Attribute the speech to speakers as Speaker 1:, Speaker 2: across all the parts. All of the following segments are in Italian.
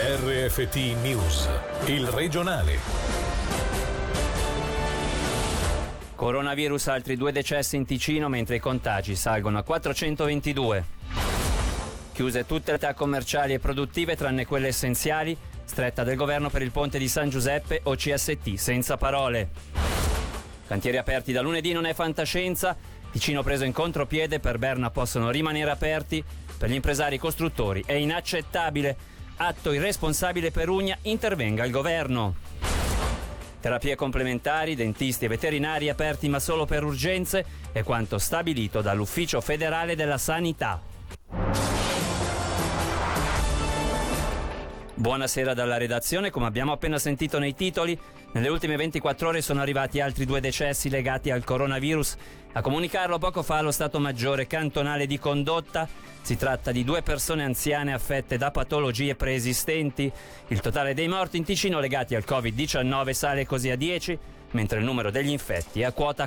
Speaker 1: RFT News, il regionale.
Speaker 2: Coronavirus, altri 2 decessi in Ticino mentre i contagi salgono a 422. Chiuse tutte le attività commerciali e produttive tranne quelle essenziali, stretta del governo per il ponte di San Giuseppe o CST, senza parole. Cantieri aperti da lunedì non è fantascienza, Ticino preso in contropiede, per Berna possono rimanere aperti, per gli impresari costruttori è inaccettabile. Atto irresponsabile per Ugna, intervenga il governo. Terapie complementari, dentisti e veterinari aperti ma solo per urgenze è quanto stabilito dall'Ufficio federale della sanità. Buonasera dalla redazione. Come abbiamo appena sentito nei titoli, nelle ultime 24 ore sono arrivati altri 2 decessi legati al coronavirus. A comunicarlo poco fa lo Stato Maggiore cantonale di Condotta. Si tratta di 2 persone anziane affette da patologie preesistenti. Il totale dei morti in Ticino legati al Covid-19 sale così a 10, mentre il numero degli infetti è a quota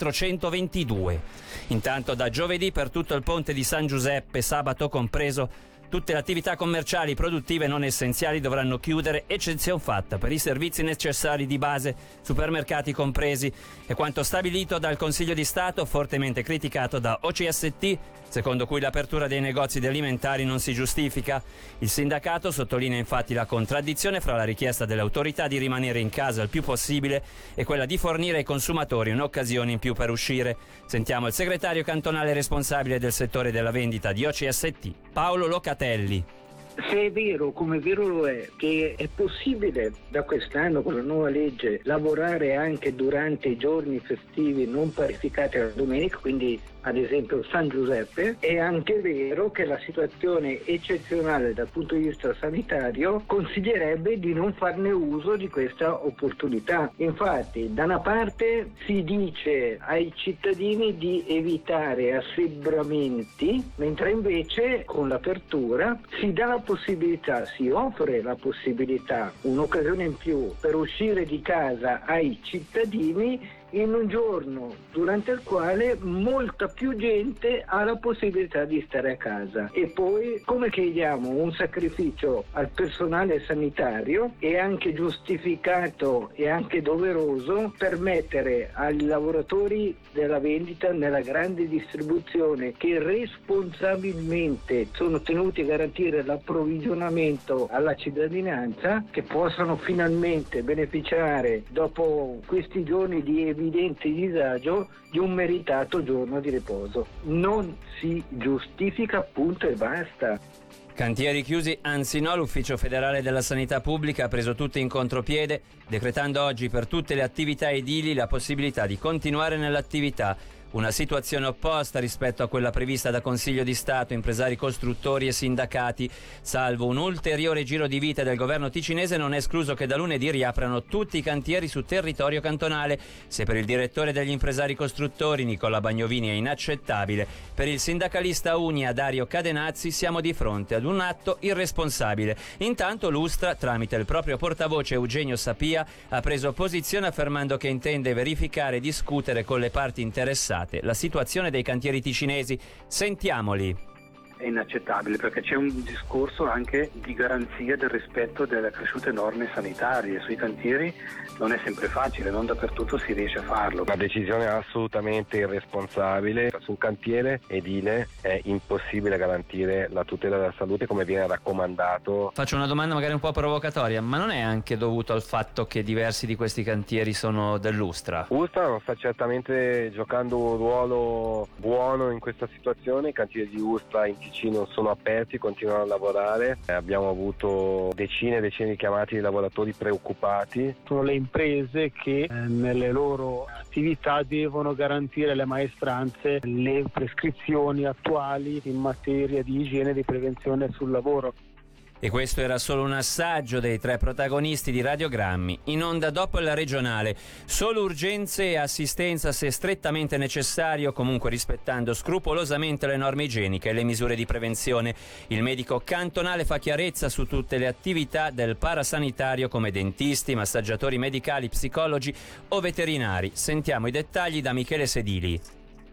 Speaker 2: 422. Intanto da giovedì per tutto il ponte di San Giuseppe, sabato compreso, tutte le attività commerciali produttive non essenziali dovranno chiudere, eccezion fatta per i servizi necessari di base, supermercati compresi. È quanto stabilito dal Consiglio di Stato, fortemente criticato da OCST, secondo cui l'apertura dei negozi di alimentari non si giustifica. Il sindacato sottolinea infatti la contraddizione fra la richiesta delle autorità di rimanere in casa il più possibile e quella di fornire ai consumatori un'occasione in più per uscire. Sentiamo il segretario cantonale responsabile del settore della vendita di OCST, Paolo Locatelli.
Speaker 3: Se è vero, come vero lo è, che è possibile da quest'anno con la nuova legge lavorare anche durante i giorni festivi non parificati alla domenica, quindi ad esempio San Giuseppe, è anche vero che la situazione eccezionale dal punto di vista sanitario consiglierebbe di non farne uso di questa opportunità. Infatti, da una parte si dice ai cittadini di evitare assembramenti, mentre invece con l'apertura si dà la possibilità, si offre la possibilità, un'occasione in più per uscire di casa ai cittadini in un giorno durante il quale molta più gente ha la possibilità di stare a casa. E poi, come chiediamo un sacrificio al personale sanitario, è anche giustificato e anche doveroso permettere ai lavoratori della vendita nella grande distribuzione, che responsabilmente sono tenuti a garantire l'approvvigionamento alla cittadinanza, che possano finalmente beneficiare dopo questi giorni di evidente disagio di un meritato giorno di riposo. Non si giustifica, punto e basta.
Speaker 2: Cantieri chiusi, anzi no, l'Ufficio federale della sanità pubblica ha preso tutti in contropiede, decretando oggi per tutte le attività edili la possibilità di continuare nell'attività. Una situazione opposta rispetto a quella prevista da Consiglio di Stato, impresari costruttori e sindacati. Salvo un ulteriore giro di vite del governo ticinese, non è escluso che da lunedì riaprano tutti i cantieri su territorio cantonale. Se per il direttore degli impresari costruttori Nicola Bagnovini è inaccettabile, per il sindacalista Unia Dario Cadenazzi siamo di fronte ad un atto irresponsabile. Intanto l'Ustra, tramite il proprio portavoce Eugenio Sapia, ha preso posizione affermando che intende verificare e discutere con le parti interessate la situazione dei cantieri ticinesi. Sentiamoli.
Speaker 4: È inaccettabile perché c'è un discorso anche di garanzia del rispetto delle accresciute norme sanitarie. Sui cantieri non è sempre facile, non dappertutto si riesce a farlo.
Speaker 5: Una decisione assolutamente irresponsabile. Su un cantiere edile è impossibile garantire la tutela della salute come viene raccomandato.
Speaker 2: Faccio una domanda magari un po' provocatoria, ma non è anche dovuto al fatto che diversi di questi cantieri sono dell'Ustra?
Speaker 5: Ustra non sta certamente giocando un ruolo buono in questa situazione. I cantieri di Ustra in Ticino sono aperti, continuano a lavorare. Abbiamo avuto decine e decine di chiamate di lavoratori preoccupati.
Speaker 6: Sono le imprese che nelle loro attività devono garantire alle maestranze le prescrizioni attuali in materia di igiene e di prevenzione sul lavoro.
Speaker 2: E questo era solo un assaggio dei 3 protagonisti di Radiogrammi, in onda dopo la regionale. Solo urgenze e assistenza se strettamente necessario, comunque rispettando scrupolosamente le norme igieniche e le misure di prevenzione. Il medico cantonale fa chiarezza su tutte le attività del parasanitario come dentisti, massaggiatori medicali, psicologi o veterinari. Sentiamo i dettagli da Michele Sedili.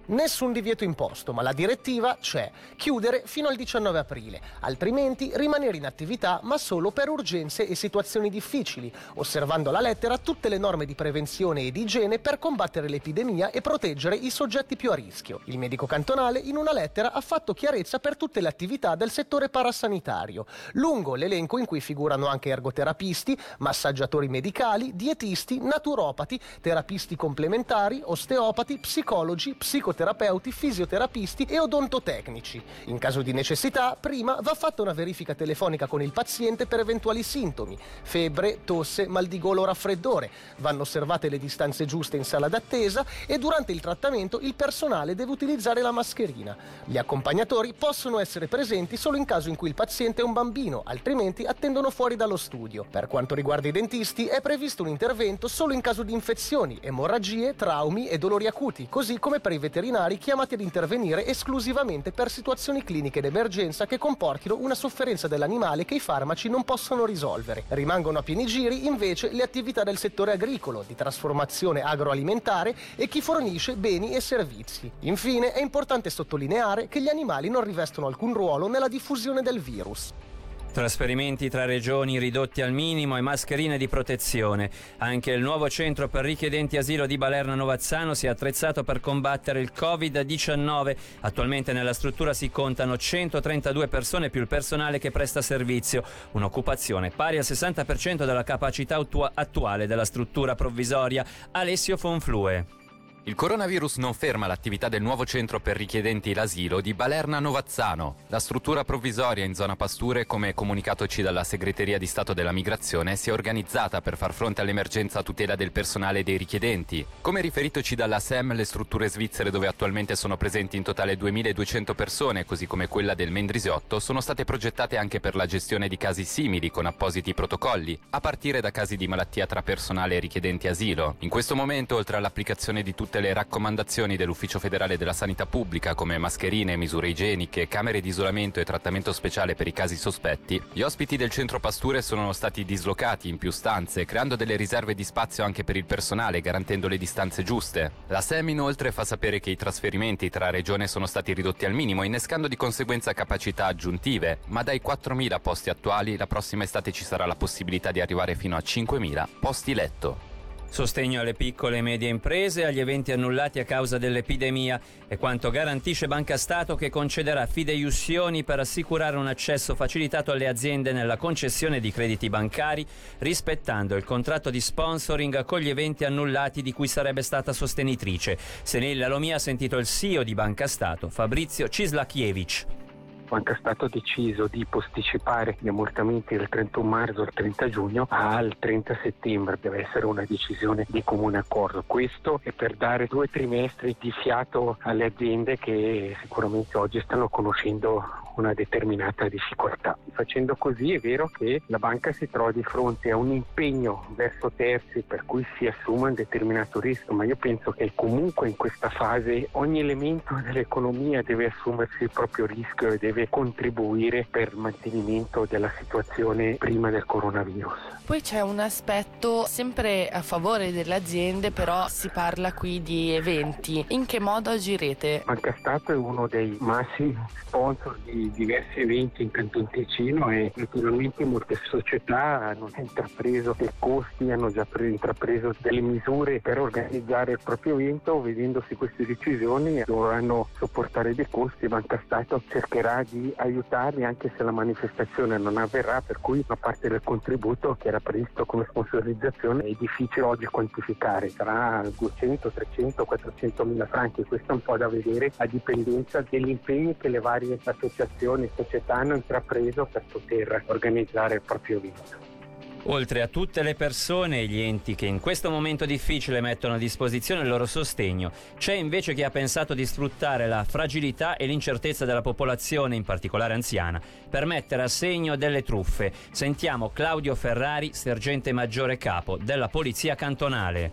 Speaker 7: Nessun divieto imposto, ma la direttiva c'è. Chiudere fino al 19 aprile, altrimenti rimanere in attività, ma solo per urgenze e situazioni difficili, osservando alla lettera tutte le norme di prevenzione e di igiene per combattere l'epidemia e proteggere i soggetti più a rischio. Il medico cantonale in una lettera ha fatto chiarezza per tutte le attività del settore parasanitario, lungo l'elenco in cui figurano anche ergoterapisti, massaggiatori medicali, dietisti, naturopati, terapisti complementari, osteopati, psicologi, psicoterapeuti, fisioterapisti e odontotecnici. In caso di necessità, prima va fatta una verifica telefonica con il paziente per eventuali sintomi, febbre, tosse, mal di gola o raffreddore. Vanno osservate le distanze giuste in sala d'attesa e durante il trattamento il personale deve utilizzare la mascherina. Gli accompagnatori possono essere presenti solo in caso in cui il paziente è un bambino, altrimenti attendono fuori dallo studio. Per quanto riguarda i dentisti, è previsto un intervento solo in caso di infezioni, emorragie, traumi e dolori acuti, così come per i veterinari chiamati ad intervenire esclusivamente per situazioni cliniche d'emergenza che comportino una sofferenza dell'animale che i farmaci non possono risolvere. Rimangono a pieni giri invece le attività del settore agricolo, di trasformazione agroalimentare e chi fornisce beni e servizi. Infine è importante sottolineare che gli animali non rivestono alcun ruolo nella diffusione del virus.
Speaker 2: Trasferimenti tra regioni ridotti al minimo e mascherine di protezione. Anche il nuovo centro per richiedenti asilo di Balerna Novazzano si è attrezzato per combattere il Covid-19. Attualmente nella struttura si contano 132 persone più il personale che presta servizio, un'occupazione pari al 60% della capacità attuale della struttura provvisoria. Alessio Fonflue.
Speaker 8: Il coronavirus non ferma l'attività del nuovo centro per richiedenti l'asilo di Balerna Novazzano. La struttura provvisoria in zona Pasture, come comunicatoci dalla Segreteria di Stato della Migrazione, si è organizzata per far fronte all'emergenza a tutela del personale e dei richiedenti. Come riferitoci dalla SEM, le strutture svizzere dove attualmente sono presenti in totale 2.200 persone, così come quella del Mendrisiotto, sono state progettate anche per la gestione di casi simili con appositi protocolli, a partire da casi di malattia tra personale e richiedenti asilo. In questo momento, oltre all'applicazione di tutte le raccomandazioni dell'Ufficio Federale della Sanità Pubblica come mascherine, misure igieniche, camere di isolamento e trattamento speciale per i casi sospetti, gli ospiti del centro Pasture sono stati dislocati in più stanze, creando delle riserve di spazio anche per il personale, garantendo le distanze giuste. La SEM inoltre fa sapere che i trasferimenti tra regione sono stati ridotti al minimo, innescando di conseguenza capacità aggiuntive, ma dai 4.000 posti attuali la prossima estate ci sarà la possibilità di arrivare fino a 5.000 posti letto.
Speaker 2: Sostegno alle piccole e medie imprese e agli eventi annullati a causa dell'epidemia è quanto garantisce Banca Stato, che concederà fideiussioni per assicurare un accesso facilitato alle aziende nella concessione di crediti bancari, rispettando il contratto di sponsoring con gli eventi annullati di cui sarebbe stata sostenitrice. Senilla Lomia ha sentito il CEO di Banca Stato, Fabrizio Cislakiewicz.
Speaker 9: Banca Stato ha deciso di posticipare gli ammortamenti dal 31 marzo al 30 giugno al 30 settembre. Deve essere una decisione di comune accordo. Questo è per dare 2 trimestri di fiato alle aziende che sicuramente oggi stanno conoscendo una determinata difficoltà. Facendo così è vero che la banca si trova di fronte a un impegno verso terzi per cui si assume un determinato rischio, ma io penso che comunque in questa fase ogni elemento dell'economia deve assumersi il proprio rischio e deve contribuire per il mantenimento della situazione prima del coronavirus.
Speaker 10: Poi c'è un aspetto sempre a favore delle aziende, però si parla qui di eventi. In che modo agirete?
Speaker 9: Banca Stato è uno dei massimi sponsor di diversi eventi in Canton Ticino e naturalmente molte società hanno intrapreso dei costi, hanno già intrapreso delle misure per organizzare il proprio evento. Vedendosi queste decisioni dovranno sopportare dei costi. Banca Stato cercherà di aiutarli anche se la manifestazione non avverrà, per cui una parte del contributo che era previsto come sponsorizzazione è difficile oggi quantificare, sarà 200, 300, 400 mila franchi. Questo è un po' da vedere a dipendenza degli impegni che le varie associazioni e società hanno intrapreso per poter organizzare il proprio evento.
Speaker 2: Oltre a tutte le persone e gli enti che in questo momento difficile mettono a disposizione il loro sostegno, c'è invece chi ha pensato di sfruttare la fragilità e l'incertezza della popolazione, in particolare anziana, per mettere a segno delle truffe. Sentiamo Claudio Ferrari, sergente maggiore capo della Polizia Cantonale.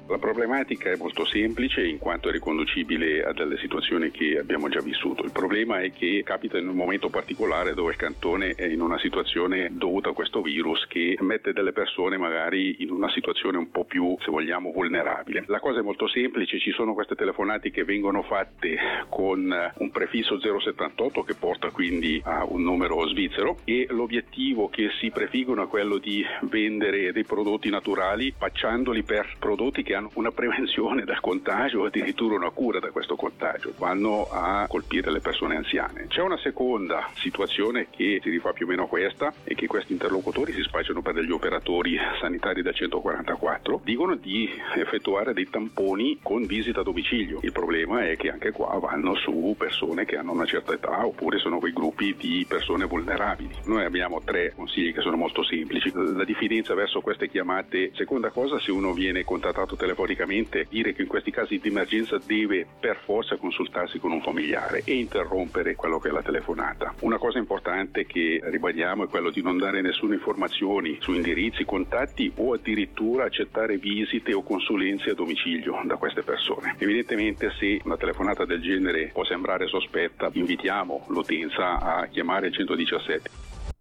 Speaker 11: La problematica è molto semplice in quanto è riconducibile a delle situazioni che abbiamo già vissuto. Il problema è che capita in un momento particolare dove il cantone è in una situazione dovuta a questo virus che mette delle persone magari in una situazione un po' più, se vogliamo, vulnerabile. La cosa è molto semplice, ci sono queste telefonate che vengono fatte con un prefisso 078 che porta quindi a un numero svizzero e l'obiettivo che si prefiggono è quello di vendere dei prodotti naturali spacciandoli per prodotti che hanno una prevenzione dal contagio o addirittura una cura da questo contagio, vanno a colpire le persone anziane. C'è una seconda situazione che si rifà più o meno a questa e che questi interlocutori si spacciano per degli operatori sanitari da 144, dicono di effettuare dei tamponi con visita a domicilio. Il problema è che anche qua vanno su persone che hanno una certa età oppure sono quei gruppi di persone vulnerabili. Noi abbiamo 3 consigli che sono molto semplici. La diffidenza verso queste chiamate, seconda cosa, se uno viene contattato telefonicamente, dire che in questi casi di emergenza deve per forza consultarsi con un familiare e interrompere quello che è la telefonata. Una cosa importante che ribadiamo è quello di non dare nessuna informazione su indirizzi, contatti o addirittura accettare visite o consulenze a domicilio da queste persone. Evidentemente se una telefonata del genere può sembrare sospetta, invitiamo l'utenza a chiamare il 117.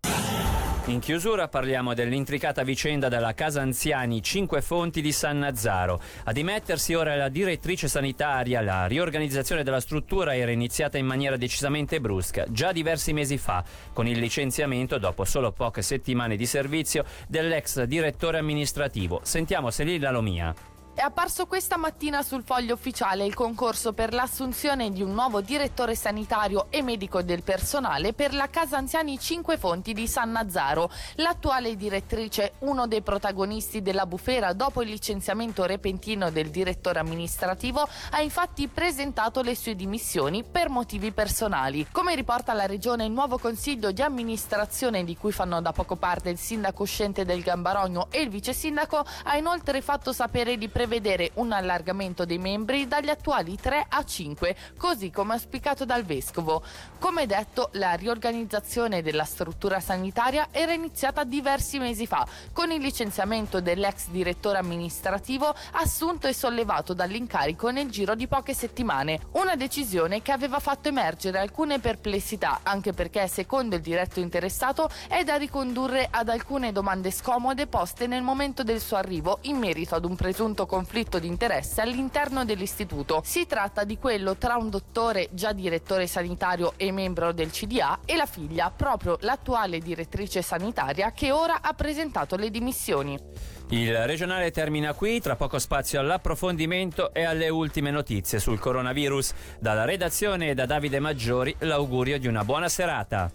Speaker 2: In chiusura parliamo dell'intricata vicenda della Casa Anziani Cinque Fonti di Sannazzaro. A dimettersi ora è la direttrice sanitaria. La riorganizzazione della struttura era iniziata in maniera decisamente brusca, già diversi mesi fa, con il licenziamento, dopo solo poche settimane di servizio, dell'ex direttore amministrativo. Sentiamo Selin Lalomia.
Speaker 10: È apparso questa mattina sul Foglio Ufficiale il concorso per l'assunzione di un nuovo direttore sanitario e medico del personale per la Casa Anziani Cinque Fonti di Sannazzaro. L'attuale direttrice, uno dei protagonisti della bufera dopo il licenziamento repentino del direttore amministrativo, ha infatti presentato le sue dimissioni per motivi personali. Come riporta la Regione, il nuovo consiglio di amministrazione, di cui fanno da poco parte il sindaco uscente del Gambarogno e il vice sindaco, ha inoltre fatto sapere di prevedere un allargamento dei membri dagli attuali 3 a 5, così come auspicato dal vescovo. Come detto, la riorganizzazione della struttura sanitaria era iniziata diversi mesi fa, con il licenziamento dell'ex direttore amministrativo assunto e sollevato dall'incarico nel giro di poche settimane. Una decisione che aveva fatto emergere alcune perplessità, anche perché, secondo il diretto interessato, è da ricondurre ad alcune domande scomode poste nel momento del suo arrivo in merito ad un presunto conflitto di interesse all'interno dell'istituto. Si tratta di quello tra un dottore già direttore sanitario e membro del CDA e la figlia, proprio l'attuale direttrice sanitaria, che ora ha presentato le dimissioni.
Speaker 2: Il regionale termina qui, tra poco spazio all'approfondimento e alle ultime notizie sul coronavirus. Dalla redazione e da Davide Maggiori l'augurio di una buona serata.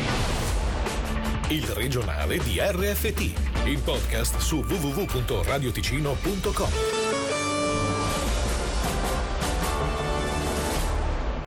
Speaker 1: Il regionale di RFT, il podcast su www.radioticino.com.